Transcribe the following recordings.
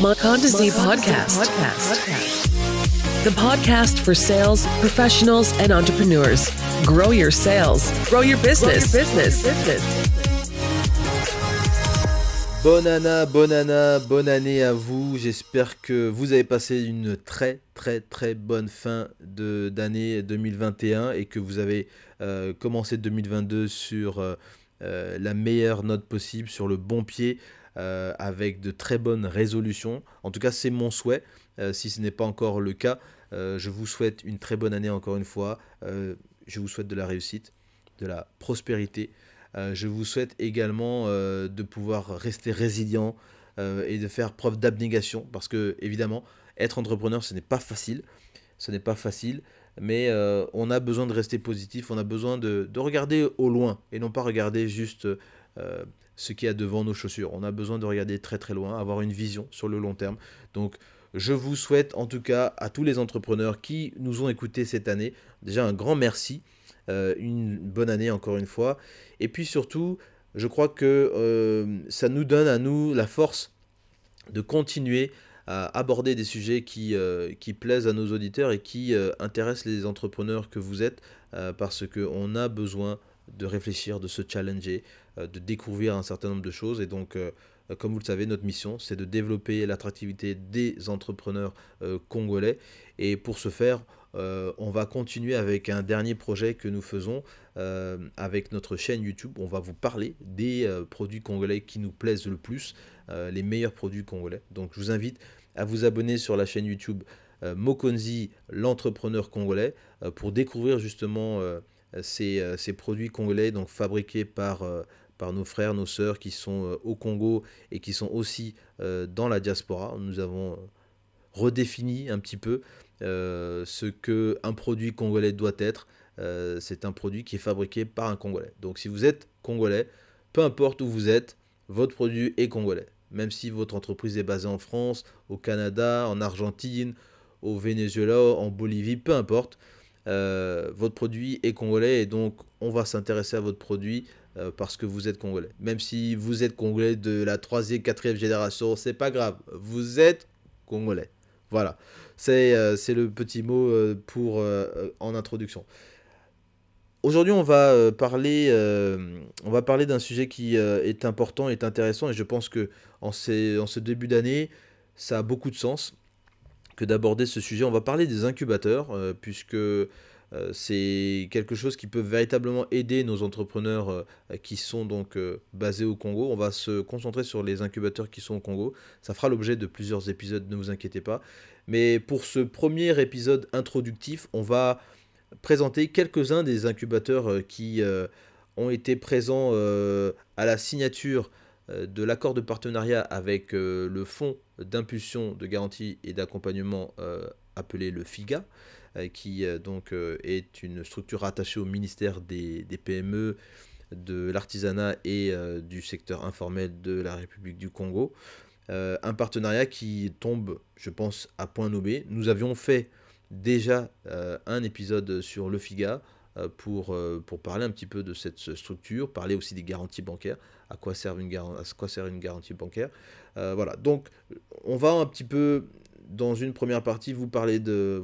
Monda Z Podcast. The podcast for sales professionals and entrepreneurs. Grow your sales. Grow your business. Bonne année à vous. J'espère que vous avez passé une très bonne fin d'année 2021 et que vous avez commencé 2022 sur la meilleure note possible, sur le bon pied, avec de très bonnes résolutions. En tout cas, c'est mon souhait. Si ce n'est pas encore le cas, je vous souhaite une très bonne année encore une fois. Je vous souhaite de la réussite, de la prospérité. Je vous souhaite également de pouvoir rester résilient et de faire preuve d'abnégation parce que, évidemment, être entrepreneur, ce n'est pas facile. Mais on a besoin de rester positif, on a besoin de regarder au loin et non pas regarder juste ce qu'il y a devant nos chaussures. On a besoin de regarder très loin, avoir une vision sur le long terme. Donc, je vous souhaite en tout cas à tous les entrepreneurs qui nous ont écoutés cette année, déjà un grand merci. Une bonne année encore une fois. Et puis surtout, je crois que ça nous donne à nous la force de continuer à aborder des sujets qui plaisent à nos auditeurs et qui intéressent les entrepreneurs que vous êtes, parce qu'on a besoin de réfléchir, de se challenger, de découvrir un certain nombre de choses. Et donc, comme vous le savez, notre mission, c'est de développer l'attractivité des entrepreneurs congolais. Et pour ce faire, on va continuer avec un dernier projet que nous faisons avec notre chaîne YouTube. On va vous parler des produits congolais qui nous plaisent le plus, les meilleurs produits congolais. Donc je vous invite à vous abonner sur la chaîne YouTube Mokonzi, l'entrepreneur congolais, pour découvrir justement ces produits congolais, donc fabriqués par nos frères, nos sœurs qui sont au Congo et qui sont aussi dans la diaspora. Nous avons redéfini un petit peu ce qu'un produit congolais doit être. C'est un produit qui est fabriqué par un Congolais. Donc si vous êtes Congolais, peu importe où vous êtes, votre produit est congolais. Même si votre entreprise est basée en France, au Canada, en Argentine, au Venezuela, en Bolivie, peu importe, votre produit est congolais et donc on va s'intéresser à votre produit parce que vous êtes congolais. Même si vous êtes congolais de la 3e, 4e génération, c'est pas grave, vous êtes congolais. Voilà, c'est le petit mot en introduction. Aujourd'hui, on va parler d'un sujet qui est important, est intéressant, et je pense que en ce début d'année, ça a beaucoup de sens que d'aborder ce sujet. On va parler des incubateurs, puisque c'est quelque chose qui peut véritablement aider nos entrepreneurs qui sont donc basés au Congo. On va se concentrer sur les incubateurs qui sont au Congo. Ça fera l'objet de plusieurs épisodes, ne vous inquiétez pas. Mais pour ce premier épisode introductif, on va présenter quelques-uns des incubateurs qui ont été présents à la signature de l'accord de partenariat avec le fonds d'impulsion, de garantie et d'accompagnement appelé le FIGA, qui donc est une structure rattachée au ministère des PME, de l'artisanat et du secteur informel de la République du Congo. Un partenariat qui tombe, je pense, à point nommé. Nous avions fait déjà un épisode sur le FIGA pour parler un petit peu de cette structure, parler aussi des garanties bancaires, à quoi sert une garantie bancaire. Voilà, donc on va un petit peu, dans une première partie, vous parler de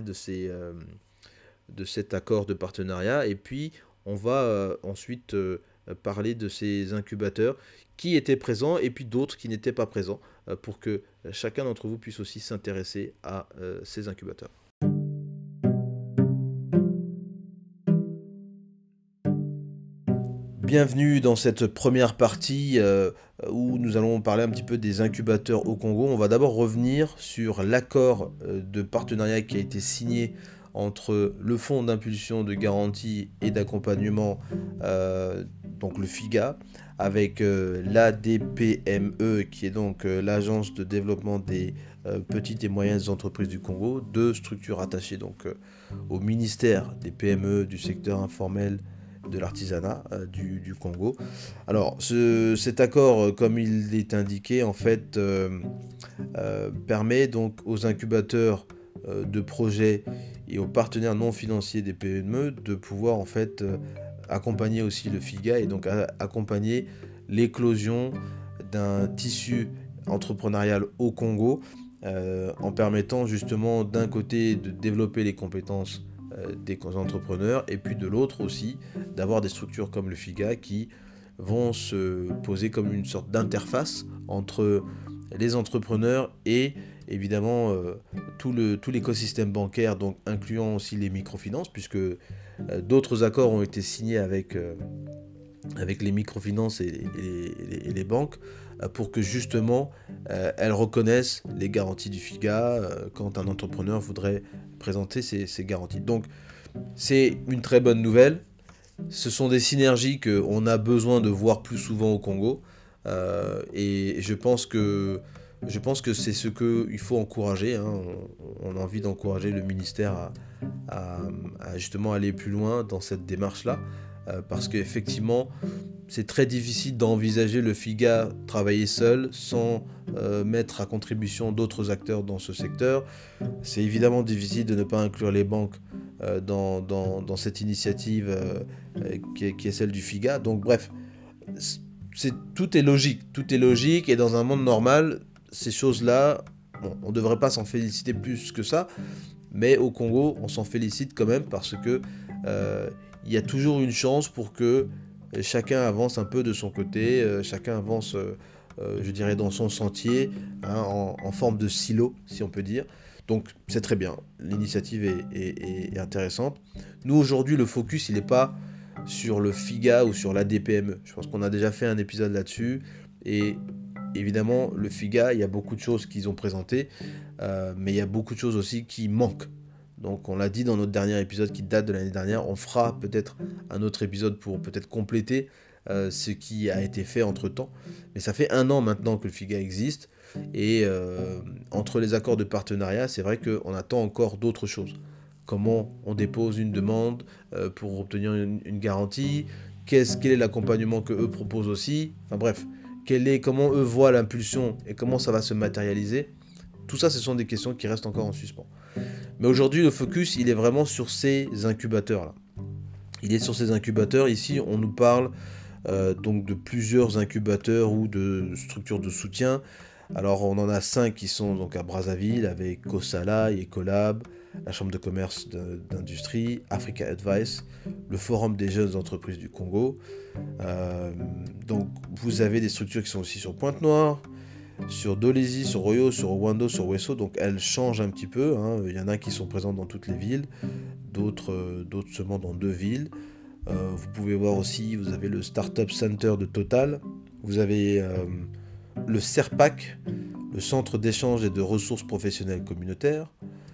cet accord de partenariat, et puis on va ensuite parler de ces incubateurs qui étaient présents et puis d'autres qui n'étaient pas présents, pour que chacun d'entre vous puisse aussi s'intéresser à ces incubateurs. Bienvenue dans cette première partie où nous allons parler un petit peu des incubateurs au Congo. On va d'abord revenir sur l'accord de partenariat qui a été signé entre le Fonds d'impulsion, de garantie et d'accompagnement, donc le FIGA, avec l'ADPME, qui est donc l'Agence de développement des petites et moyennes entreprises du Congo, deux structures attachées donc au ministère des PME, du secteur informel, de l'artisanat du Congo. Alors cet accord, comme il est indiqué, en fait permet donc aux incubateurs de projets et aux partenaires non financiers des PME de pouvoir en fait accompagner aussi le FIGA et donc accompagner l'éclosion d'un tissu entrepreneuriale au Congo, en permettant justement d'un côté de développer les compétences des entrepreneurs, et puis de l'autre aussi d'avoir des structures comme le FIGA qui vont se poser comme une sorte d'interface entre les entrepreneurs et évidemment tout l'écosystème bancaire, donc incluant aussi les microfinances, puisque d'autres accords ont été signés avec les microfinances et les banques pour que justement elles reconnaissent les garanties du FIGA quand un entrepreneur voudrait présenter ces garanties. Donc c'est une très bonne nouvelle. Ce sont des synergies qu'on a besoin de voir plus souvent au Congo. Et je pense que c'est ce qu'il faut encourager. Hein. On a envie d'encourager le ministère à justement aller plus loin dans cette démarche-là. Parce qu'effectivement, c'est très difficile d'envisager le FIGA travailler seul sans mettre à contribution d'autres acteurs dans ce secteur. C'est évidemment difficile de ne pas inclure les banques dans cette initiative qui est celle du FIGA. Donc bref, tout est logique, et dans un monde normal, ces choses-là, bon, on ne devrait pas s'en féliciter plus que ça, mais au Congo, on s'en félicite quand même parce que il y a toujours une chance pour que chacun avance un peu de son côté, chacun avance, je dirais, dans son sentier, hein, en forme de silo, si on peut dire. Donc c'est très bien, l'initiative est intéressante. Nous aujourd'hui, le focus, il n'est pas sur le FIGA ou sur l'ADPME. Je pense qu'on a déjà fait un épisode là-dessus, et évidemment, le FIGA, il y a beaucoup de choses qu'ils ont présentées, mais il y a beaucoup de choses aussi qui manquent. Donc on l'a dit dans notre dernier épisode qui date de l'année dernière, on fera peut-être un autre épisode pour peut-être compléter ce qui a été fait entre-temps. Mais ça fait 1 an maintenant que le FIGA existe, et entre les accords de partenariat, c'est vrai qu'on attend encore d'autres choses. Comment on dépose une demande pour obtenir une garantie, quel est l'accompagnement que eux proposent aussi, enfin bref, comment eux voient l'impulsion et comment ça va se matérialiser. Tout ça, ce sont des questions qui restent encore en suspens. Mais aujourd'hui, le focus, il est vraiment sur ces incubateurs-là. Il est sur ces incubateurs. Ici, on nous parle donc de plusieurs incubateurs ou de structures de soutien. Alors, on en a 5 qui sont donc à Brazzaville, avec Kosala, Ecolab, la Chambre de commerce d'industrie, Africa Advice, le Forum des jeunes entreprises du Congo. Donc, vous avez des structures qui sont aussi sur Pointe-Noire, sur Dolezi, sur Royo, sur Rwando, sur Wesso. Donc, elles changent un petit peu. Hein. Il y en a qui sont présentes dans toutes les villes, d'autres seulement dans 2 villes. Vous pouvez voir aussi, vous avez le Startup Center de Total, vous avez le CERPAC, le Centre d'échange et de ressources professionnelles communautaires,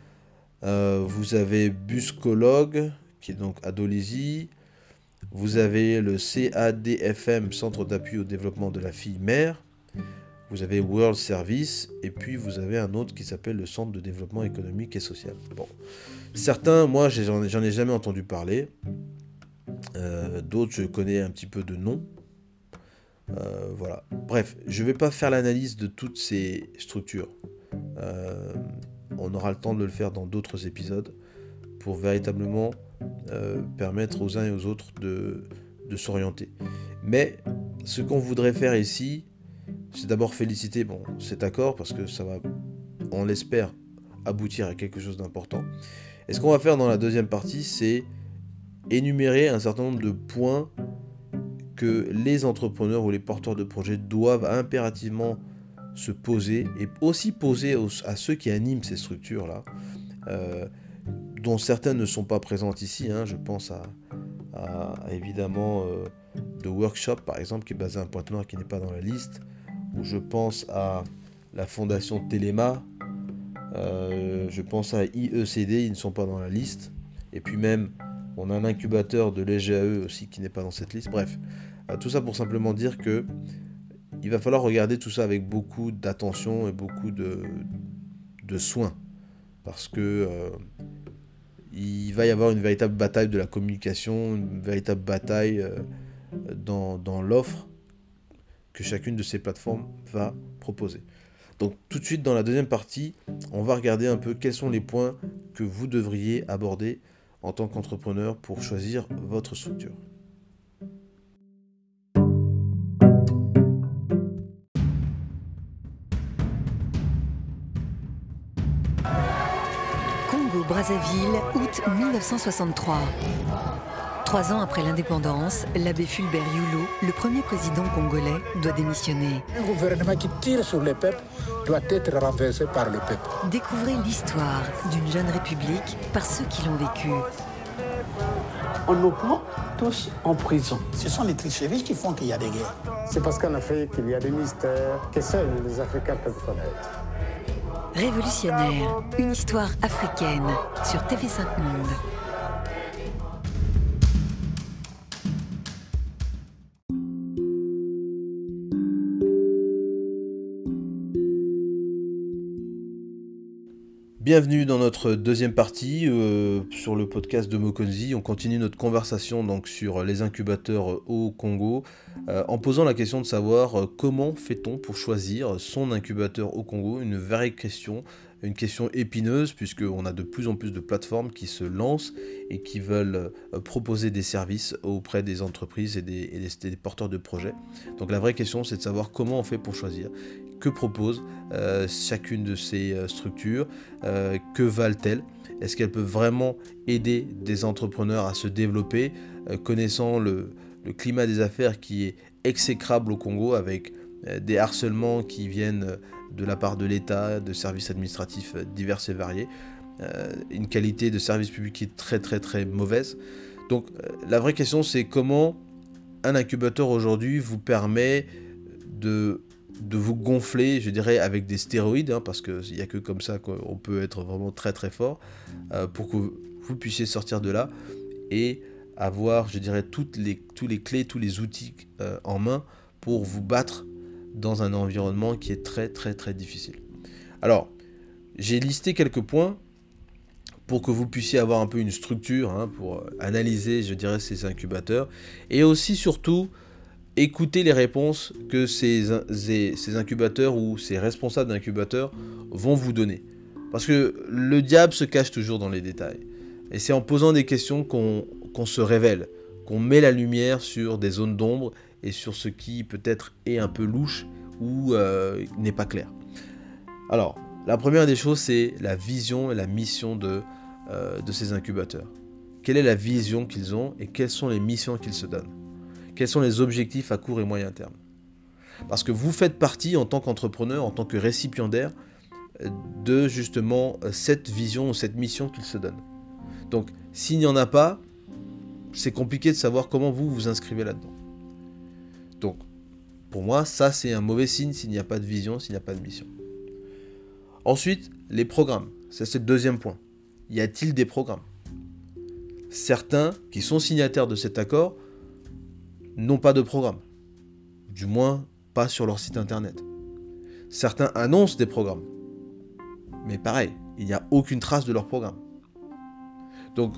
vous avez Buscologue, qui est donc à Dolezi, vous avez le CADFM, Centre d'appui au développement de la fille mère, vous avez World Service, et puis vous avez un autre qui s'appelle le Centre de développement économique et social. Bon, certains, moi, j'en ai jamais entendu parler. D'autres, je connais un petit peu de nom. Voilà. Bref, je ne vais pas faire l'analyse de toutes ces structures. On aura le temps de le faire dans d'autres épisodes pour véritablement permettre aux uns et aux autres de s'orienter. Mais ce qu'on voudrait faire ici, c'est d'abord féliciter cet accord parce que ça va, on l'espère, aboutir à quelque chose d'important. Et ce qu'on va faire dans la deuxième partie, c'est énumérer un certain nombre de points que les entrepreneurs ou les porteurs de projets doivent impérativement se poser, et aussi poser à ceux qui animent ces structures-là, dont certaines ne sont pas présentes ici. Hein. Je pense à évidemment The Workshop, par exemple, qui est basé à Pointe-Noire, qui n'est pas dans la liste, ou je pense à la fondation Téléma, je pense à IECD, ils ne sont pas dans la liste, et puis même on a un incubateur de l'EGAE aussi qui n'est pas dans cette liste. Bref, tout ça pour simplement dire que il va falloir regarder tout ça avec beaucoup d'attention et beaucoup de soin, parce que il va y avoir une véritable bataille de la communication, une véritable bataille dans l'offre que chacune de ces plateformes va proposer. Donc tout de suite dans la deuxième partie, on va regarder un peu quels sont les points que vous devriez aborder en tant qu'entrepreneur pour choisir votre structure. Congo-Brazzaville, août 1963. 3 ans après l'indépendance, l'abbé Fulbert Youlou, le premier président congolais, doit démissionner. Un gouvernement qui tire sur le peuple doit être renversé par le peuple. Découvrez l'histoire d'une jeune république par ceux qui l'ont vécue. On nous prend tous en prison. Ce sont les tricheries qui font qu'il y a des guerres. C'est parce qu'en Afrique, il y a des mystères que seuls les Africains peuvent connaître. Révolutionnaire, une histoire africaine sur TV5 Monde. Bienvenue dans notre deuxième partie sur le podcast de Mokonzi. On continue notre conversation donc sur les incubateurs au Congo en posant la question de savoir comment fait-on pour choisir son incubateur au Congo. Une vraie question, une question épineuse puisqu'on a de plus en plus de plateformes qui se lancent et qui veulent proposer des services auprès des entreprises et des porteurs de projets. Donc la vraie question c'est de savoir comment on fait pour choisir. Que propose chacune de ces structures, que valent-elles, est-ce qu'elles peuvent vraiment aider des entrepreneurs à se développer, connaissant le climat des affaires qui est exécrable au Congo avec des harcèlements qui viennent de la part de l'État, de services administratifs divers et variés, une qualité de service public qui est très très très mauvaise. Donc la vraie question c'est comment un incubateur aujourd'hui vous permet de vous gonfler, je dirais, avec des stéroïdes, parce qu'il n'y a que comme ça qu'on peut être vraiment très très fort, pour que vous puissiez sortir de là et avoir, je dirais, tous les clés, tous les outils en main pour vous battre dans un environnement qui est très très très difficile. Alors, j'ai listé quelques points pour que vous puissiez avoir un peu une structure pour analyser, je dirais, ces incubateurs, et aussi surtout écoutez les réponses que ces incubateurs ou ces responsables d'incubateurs vont vous donner. Parce que le diable se cache toujours dans les détails. Et c'est en posant des questions qu'on se révèle, qu'on met la lumière sur des zones d'ombre et sur ce qui peut-être est un peu louche ou n'est pas clair. Alors, la première des choses, c'est la vision et la mission de ces incubateurs. Quelle est la vision qu'ils ont et quelles sont les missions qu'ils se donnent ? Quels sont les objectifs à court et moyen terme? Parce que vous faites partie en tant qu'entrepreneur, en tant que récipiendaire de justement cette vision ou cette mission qu'ils se donnent. Donc s'il n'y en a pas, c'est compliqué de savoir comment vous vous inscrivez là-dedans. Donc pour moi, ça c'est un mauvais signe s'il n'y a pas de vision, s'il n'y a pas de mission. Ensuite, les programmes. Ça c'est le deuxième point. Y a-t-il des programmes? Certains qui sont signataires de cet accord n'ont pas de programme, du moins pas sur leur site internet. Certains annoncent des programmes, mais pareil, il n'y a aucune trace de leur programme. Donc,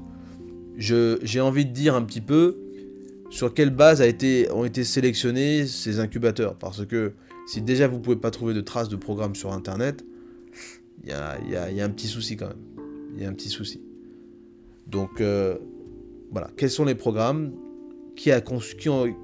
j'ai envie de dire un petit peu sur quelle base ont été sélectionnés ces incubateurs, parce que si déjà vous ne pouvez pas trouver de traces de programme sur internet, il y a un petit souci quand même. Il y a un petit souci. Donc, voilà, quels sont les programmes? Qui a conçu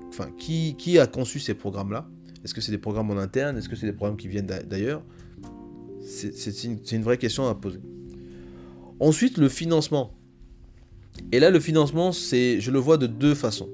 ces programmes-là? Est-ce que c'est des programmes en interne? Est-ce que c'est des programmes qui viennent d'ailleurs? C'est une vraie question à poser. Ensuite, le financement. Et là, le financement, je le vois de deux façons.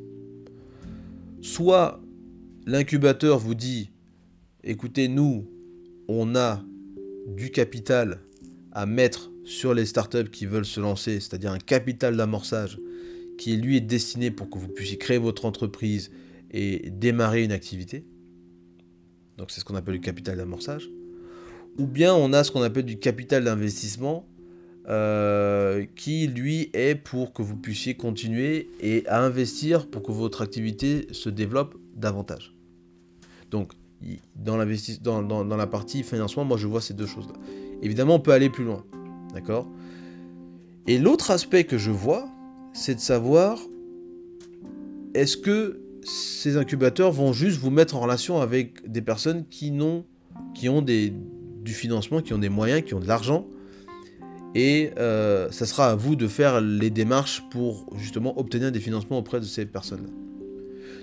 Soit l'incubateur vous dit, écoutez, nous, on a du capital à mettre sur les startups qui veulent se lancer, c'est-à-dire un capital d'amorçage qui lui est destiné pour que vous puissiez créer votre entreprise et démarrer une activité. Donc c'est ce qu'on appelle le capital d'amorçage. Ou bien on a ce qu'on appelle du capital d'investissement qui lui est pour que vous puissiez continuer et à investir pour que votre activité se développe davantage. Donc dans la partie financement, moi je vois ces deux choses-là. Évidemment on peut aller plus loin, d'accord ? Et l'autre aspect que je vois, c'est de savoir est-ce que ces incubateurs vont juste vous mettre en relation avec des personnes qui ont du financement, qui ont des moyens, qui ont de l'argent, et ça sera à vous de faire les démarches pour justement obtenir des financements auprès de ces personnes-là.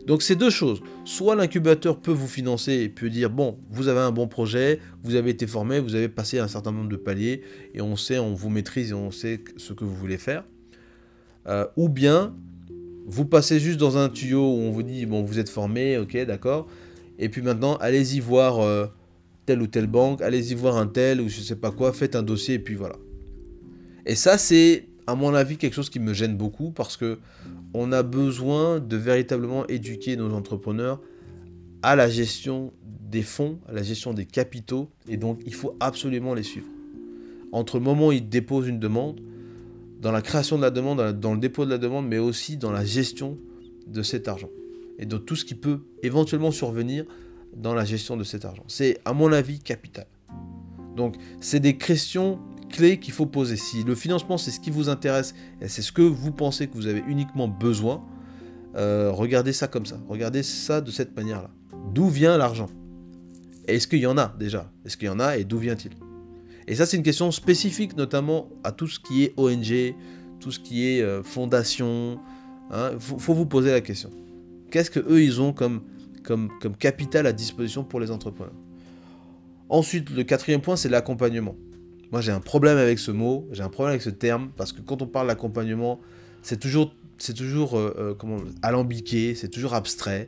Donc c'est deux choses. Soit l'incubateur peut vous financer et peut dire, bon, vous avez un bon projet, vous avez été formé, vous avez passé un certain nombre de paliers, et on vous maîtrise et on sait ce que vous voulez faire. Ou bien, vous passez juste dans un tuyau où on vous dit, bon, vous êtes formé, ok, d'accord, et puis maintenant, allez-y voir telle ou telle banque, allez-y voir un tel, ou je sais pas quoi, faites un dossier, et puis voilà. Et ça, c'est, à mon avis, quelque chose qui me gêne beaucoup, parce que on a besoin de véritablement éduquer nos entrepreneurs à la gestion des fonds, à la gestion des capitaux, et donc il faut absolument les suivre. Entre le moment où ils déposent une demande, dans la création de la demande, dans le dépôt de la demande, mais aussi dans la gestion de cet argent. Et de tout ce qui peut éventuellement survenir dans la gestion de cet argent. C'est, à mon avis, capital. Donc, c'est des questions clés qu'il faut poser. Si le financement, c'est ce qui vous intéresse, et c'est ce que vous pensez que vous avez uniquement besoin, regardez ça comme ça. Regardez ça de cette manière-là. D'où vient l'argent? Est-ce qu'il y en a déjà? Est-ce qu'il y en a et d'où vient-il? Et ça, c'est une question spécifique, notamment à tout ce qui est ONG, tout ce qui est fondation. Faut vous poser la question. Qu'est-ce qu'eux, ils ont comme capital à disposition pour les entrepreneurs? Ensuite, le quatrième point, c'est l'accompagnement. Moi, j'ai un problème avec ce mot, j'ai un problème avec ce terme, parce que quand on parle d'accompagnement, c'est toujours alambiqué, c'est toujours abstrait.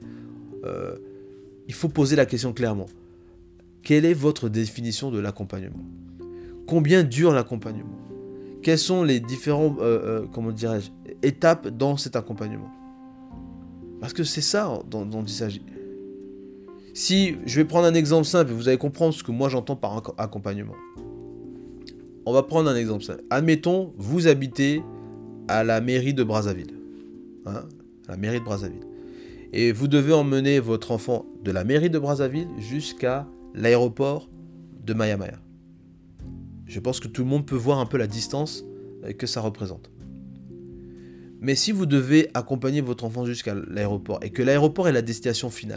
Il faut poser la question clairement. Quelle est votre définition de l'accompagnement? Combien dure l'accompagnement? Quelles sont les différentes étapes dans cet accompagnement? Parce que c'est ça dont il s'agit. Si je vais prendre un exemple simple, vous allez comprendre ce que moi j'entends par accompagnement. On va prendre un exemple simple. Admettons, vous habitez à la mairie de Brazzaville. La mairie de Brazzaville. Et vous devez emmener votre enfant de la mairie de Brazzaville jusqu'à l'aéroport de Maya Maya. Je pense que tout le monde peut voir un peu la distance que ça représente. Mais si vous devez accompagner votre enfant jusqu'à l'aéroport, et que l'aéroport est la destination finale,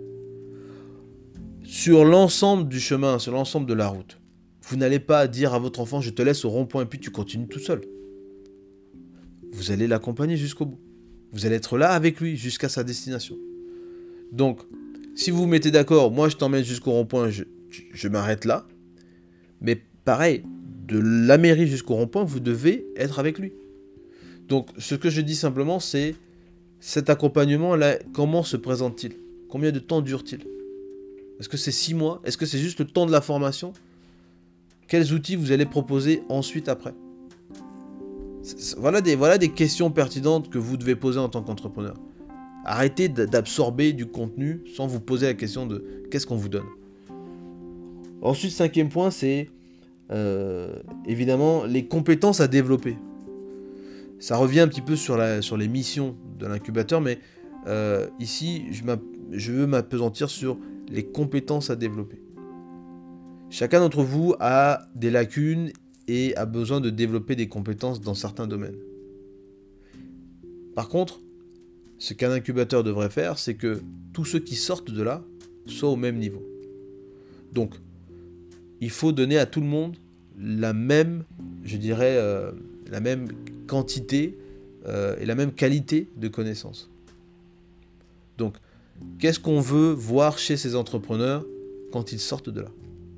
sur l'ensemble du chemin, sur l'ensemble de la route, vous n'allez pas dire à votre enfant, je te laisse au rond-point et puis tu continues tout seul. Vous allez l'accompagner jusqu'au bout. Vous allez être là avec lui jusqu'à sa destination. Donc, si vous vous mettez d'accord, moi je t'emmène jusqu'au rond-point, je m'arrête là. Mais pareil, de la mairie jusqu'au rond-point, vous devez être avec lui. Donc, ce que je dis simplement, c'est cet accompagnement-là, comment se présente-t-il? Combien de temps dure-t-il? Est-ce que c'est 6 mois? Est-ce que c'est juste le temps de la formation? Quels outils vous allez proposer ensuite après? Voilà des questions pertinentes que vous devez poser en tant qu'entrepreneur. Arrêtez d'absorber du contenu sans vous poser la question de qu'est-ce qu'on vous donne. Ensuite, 5e point, c'est évidemment les compétences à développer. Ça revient un petit peu sur les missions de l'incubateur, mais ici, je veux m'appesantir sur les compétences à développer. Chacun d'entre vous a des lacunes et a besoin de développer des compétences dans certains domaines. Par contre, ce qu'un incubateur devrait faire, c'est que tous ceux qui sortent de là soient au même niveau. Donc, il faut donner à tout le monde la même, la même quantité et la même qualité de connaissances. Donc, qu'est-ce qu'on veut voir chez ces entrepreneurs quand ils sortent de là?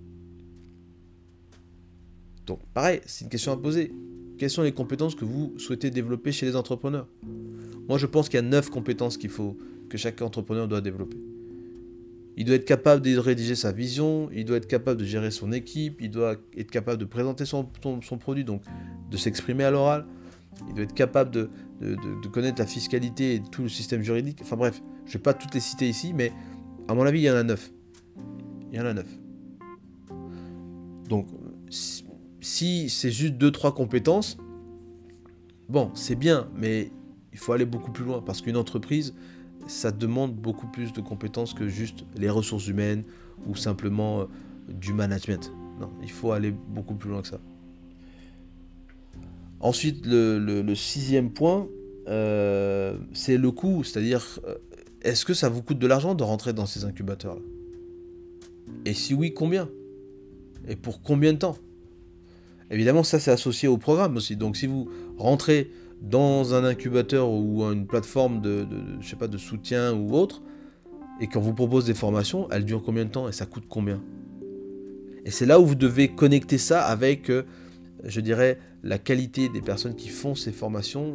Donc, pareil, c'est une question à poser. Quelles sont les compétences que vous souhaitez développer chez les entrepreneurs? Moi, je pense qu'il y a 9 compétences que chaque entrepreneur doit développer. Il doit être capable de rédiger sa vision, il doit être capable de gérer son équipe, il doit être capable de présenter son produit, donc de s'exprimer à l'oral, il doit être capable de connaître la fiscalité et tout le système juridique. Enfin bref, je ne vais pas toutes les citer ici, mais à mon avis, il y en a 9. Il y en a 9. Donc, si c'est juste 2-3 compétences, bon, c'est bien, mais il faut aller beaucoup plus loin, parce qu'une entreprise, ça demande beaucoup plus de compétences que juste les ressources humaines ou simplement du management. Non, il faut aller beaucoup plus loin que ça. Ensuite, le 6e point, c'est le coût, c'est-à-dire, est-ce que ça vous coûte de l'argent de rentrer dans ces incubateurs-là? Et si oui, combien? Et pour combien de temps? Évidemment, ça c'est associé au programme aussi. Donc si vous rentrez dans un incubateur ou une plateforme je sais pas, de soutien ou autre, et qu'on vous propose des formations, elles durent combien de temps et ça coûte combien? Et c'est là où vous devez connecter ça avec, je dirais, la qualité des personnes qui font ces formations,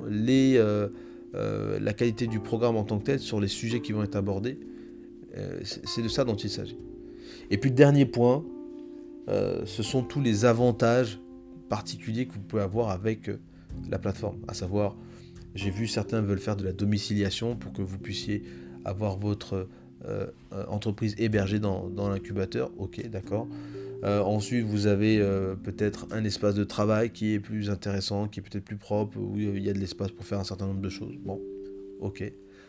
la qualité du programme en tant que tel, sur les sujets qui vont être abordés. C'est de ça dont il s'agit. Et puis le dernier point, ce sont tous les avantages particuliers que vous pouvez avoir avec la plateforme. À savoir, j'ai vu certains veulent faire de la domiciliation pour que vous puissiez avoir votre entreprise hébergée dans l'incubateur. Ok, d'accord. Ensuite, vous avez peut-être un espace de travail qui est plus intéressant, qui est peut-être plus propre, où il y a de l'espace pour faire un certain nombre de choses. Bon, ok.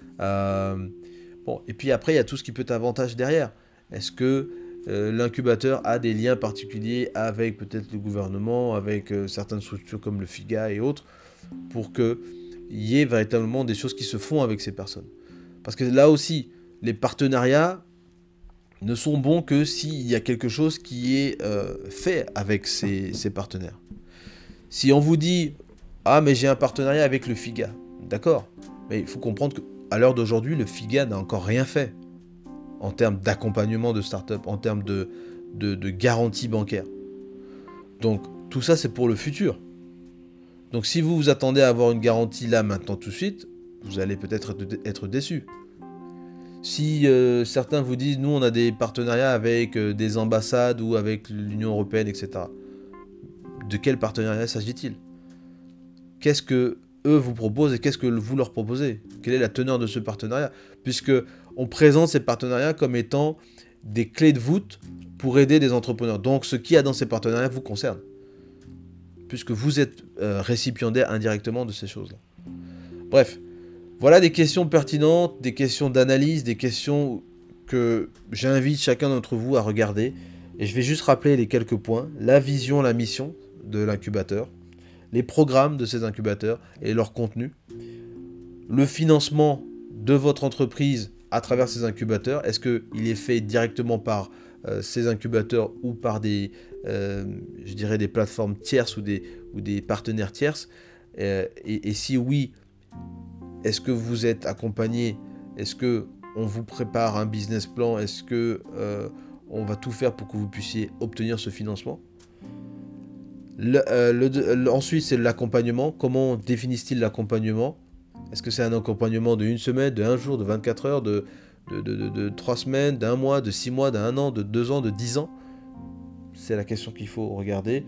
Bon, et puis après, il y a tout ce qui peut être avantage derrière. Est-ce que l'incubateur a des liens particuliers avec peut-être le gouvernement, avec certaines structures comme le FIGA et autres, pour qu'il y ait véritablement des choses qui se font avec ces personnes? Parce que là aussi, les partenariats ne sont bons que s'il y a quelque chose qui est fait avec ces partenaires. Si on vous dit « Ah, mais j'ai un partenariat avec le FIGA », d'accord, mais il faut comprendre qu'à l'heure d'aujourd'hui, le FIGA n'a encore rien fait en termes d'accompagnement de start-up, en termes de garantie bancaire. Donc, tout ça, c'est pour le futur. Donc, si vous vous attendez à avoir une garantie là, maintenant, tout de suite, vous allez peut-être être déçu. Si certains vous disent, nous on a des partenariats avec des ambassades ou avec l'Union Européenne, etc. De quel partenariat s'agit-il? Qu'est-ce que eux vous proposent et qu'est-ce que vous leur proposez? Quelle est la teneur de ce partenariat? Puisque on présente ces partenariats comme étant des clés de voûte pour aider des entrepreneurs. Donc ce qu'il y a dans ces partenariats vous concerne. Puisque vous êtes récipiendaire indirectement de ces choses-là. Bref. Voilà des questions pertinentes, des questions d'analyse, des questions que j'invite chacun d'entre vous à regarder. Et je vais juste rappeler les quelques points. La vision, la mission de l'incubateur, les programmes de ces incubateurs et leur contenu, le financement de votre entreprise à travers ces incubateurs. Est-ce qu'il est fait directement par ces incubateurs ou par des, je dirais des plateformes tierces ou des partenaires tierces et si oui, est-ce que vous êtes accompagné? Est-ce qu'on vous prépare un business plan? Est-ce qu'on va tout faire pour que vous puissiez obtenir ce financement? Ensuite, c'est l'accompagnement. Comment définissent-ils l'accompagnement? Est-ce que c'est un accompagnement de 1 semaine, de 1 jour, de 24 heures, de 3 semaines, d'1 mois, de 6 mois, d'1 an, de 2 ans, de 10 ans? C'est la question qu'il faut regarder.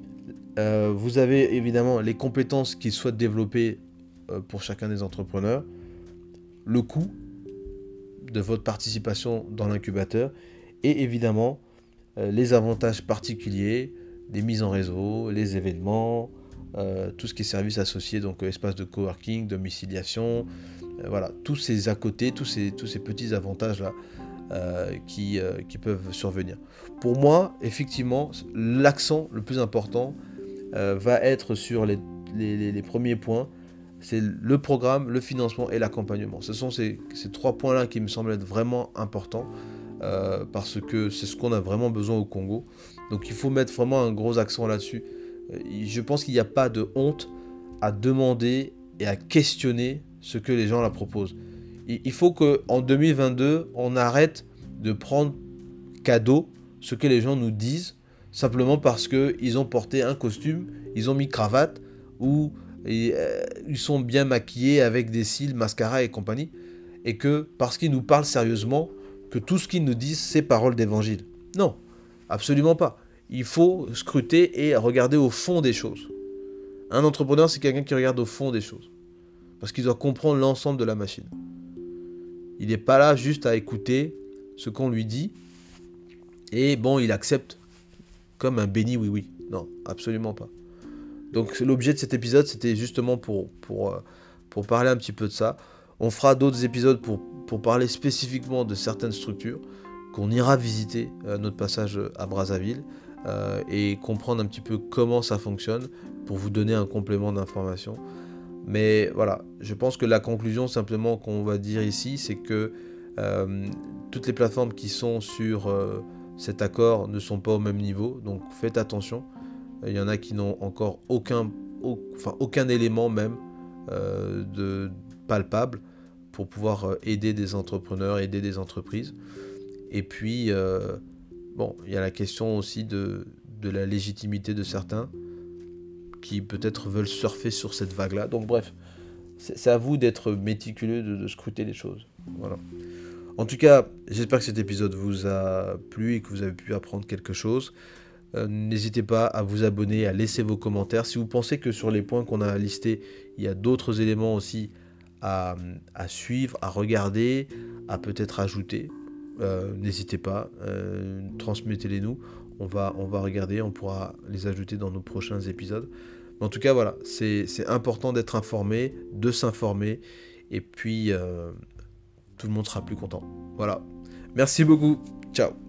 Vous avez évidemment les compétences qu'ils souhaitent développer pour chacun des entrepreneurs, le coût de votre participation dans l'incubateur et évidemment les avantages particuliers, des mises en réseau, les événements, tout ce qui est services associés, donc espace de coworking, domiciliation, voilà, tous ces à côté, tous ces petits avantages-là qui peuvent survenir. Pour moi, effectivement, l'accent le plus important va être sur les premiers points. C'est le programme, le financement et l'accompagnement. Ce sont ces 3 points-là qui me semblent être vraiment importants parce que c'est ce qu'on a vraiment besoin au Congo. Donc il faut mettre vraiment un gros accent là-dessus. Je pense qu'il n'y a pas de honte à demander et à questionner ce que les gens la proposent. Il faut qu'en 2022, on arrête de prendre cadeau ce que les gens nous disent simplement parce qu'ils ont porté un costume, ils ont mis cravate ou ils sont bien maquillés avec des cils, mascara et compagnie, et que parce qu'ils nous parlent sérieusement, que tout ce qu'ils nous disent, c'est parole d'évangile. Non, absolument pas. Il faut scruter et regarder au fond des choses. Un entrepreneur, c'est quelqu'un qui regarde au fond des choses, parce qu'il doit comprendre l'ensemble de la machine. Il n'est pas là juste à écouter ce qu'on lui dit, et bon, il accepte comme un béni oui-oui. Non, absolument pas. Donc l'objet de cet épisode, c'était justement pour parler un petit peu de ça. On fera d'autres épisodes pour parler spécifiquement de certaines structures qu'on ira visiter notre passage à Brazzaville et comprendre un petit peu comment ça fonctionne pour vous donner un complément d'information. Mais voilà, je pense que la conclusion simplement qu'on va dire ici, c'est que toutes les plateformes qui sont sur cet accord ne sont pas au même niveau, donc faites attention. Il y en a qui n'ont encore aucun élément même palpables pour pouvoir aider des entrepreneurs, aider des entreprises. Et puis, il y a la question aussi de la légitimité de certains qui peut-être veulent surfer sur cette vague-là. Donc bref, c'est à vous d'être méticuleux, de scruter les choses. Voilà. En tout cas, j'espère que cet épisode vous a plu et que vous avez pu apprendre quelque chose. N'hésitez pas à vous abonner, à laisser vos commentaires. Si vous pensez que sur les points qu'on a listés, il y a d'autres éléments aussi à suivre, à regarder, à peut-être ajouter, n'hésitez pas, transmettez-les nous. On va regarder, on pourra les ajouter dans nos prochains épisodes. Mais en tout cas, voilà, c'est important d'être informé, de s'informer, et puis tout le monde sera plus content. Voilà. Merci beaucoup. Ciao.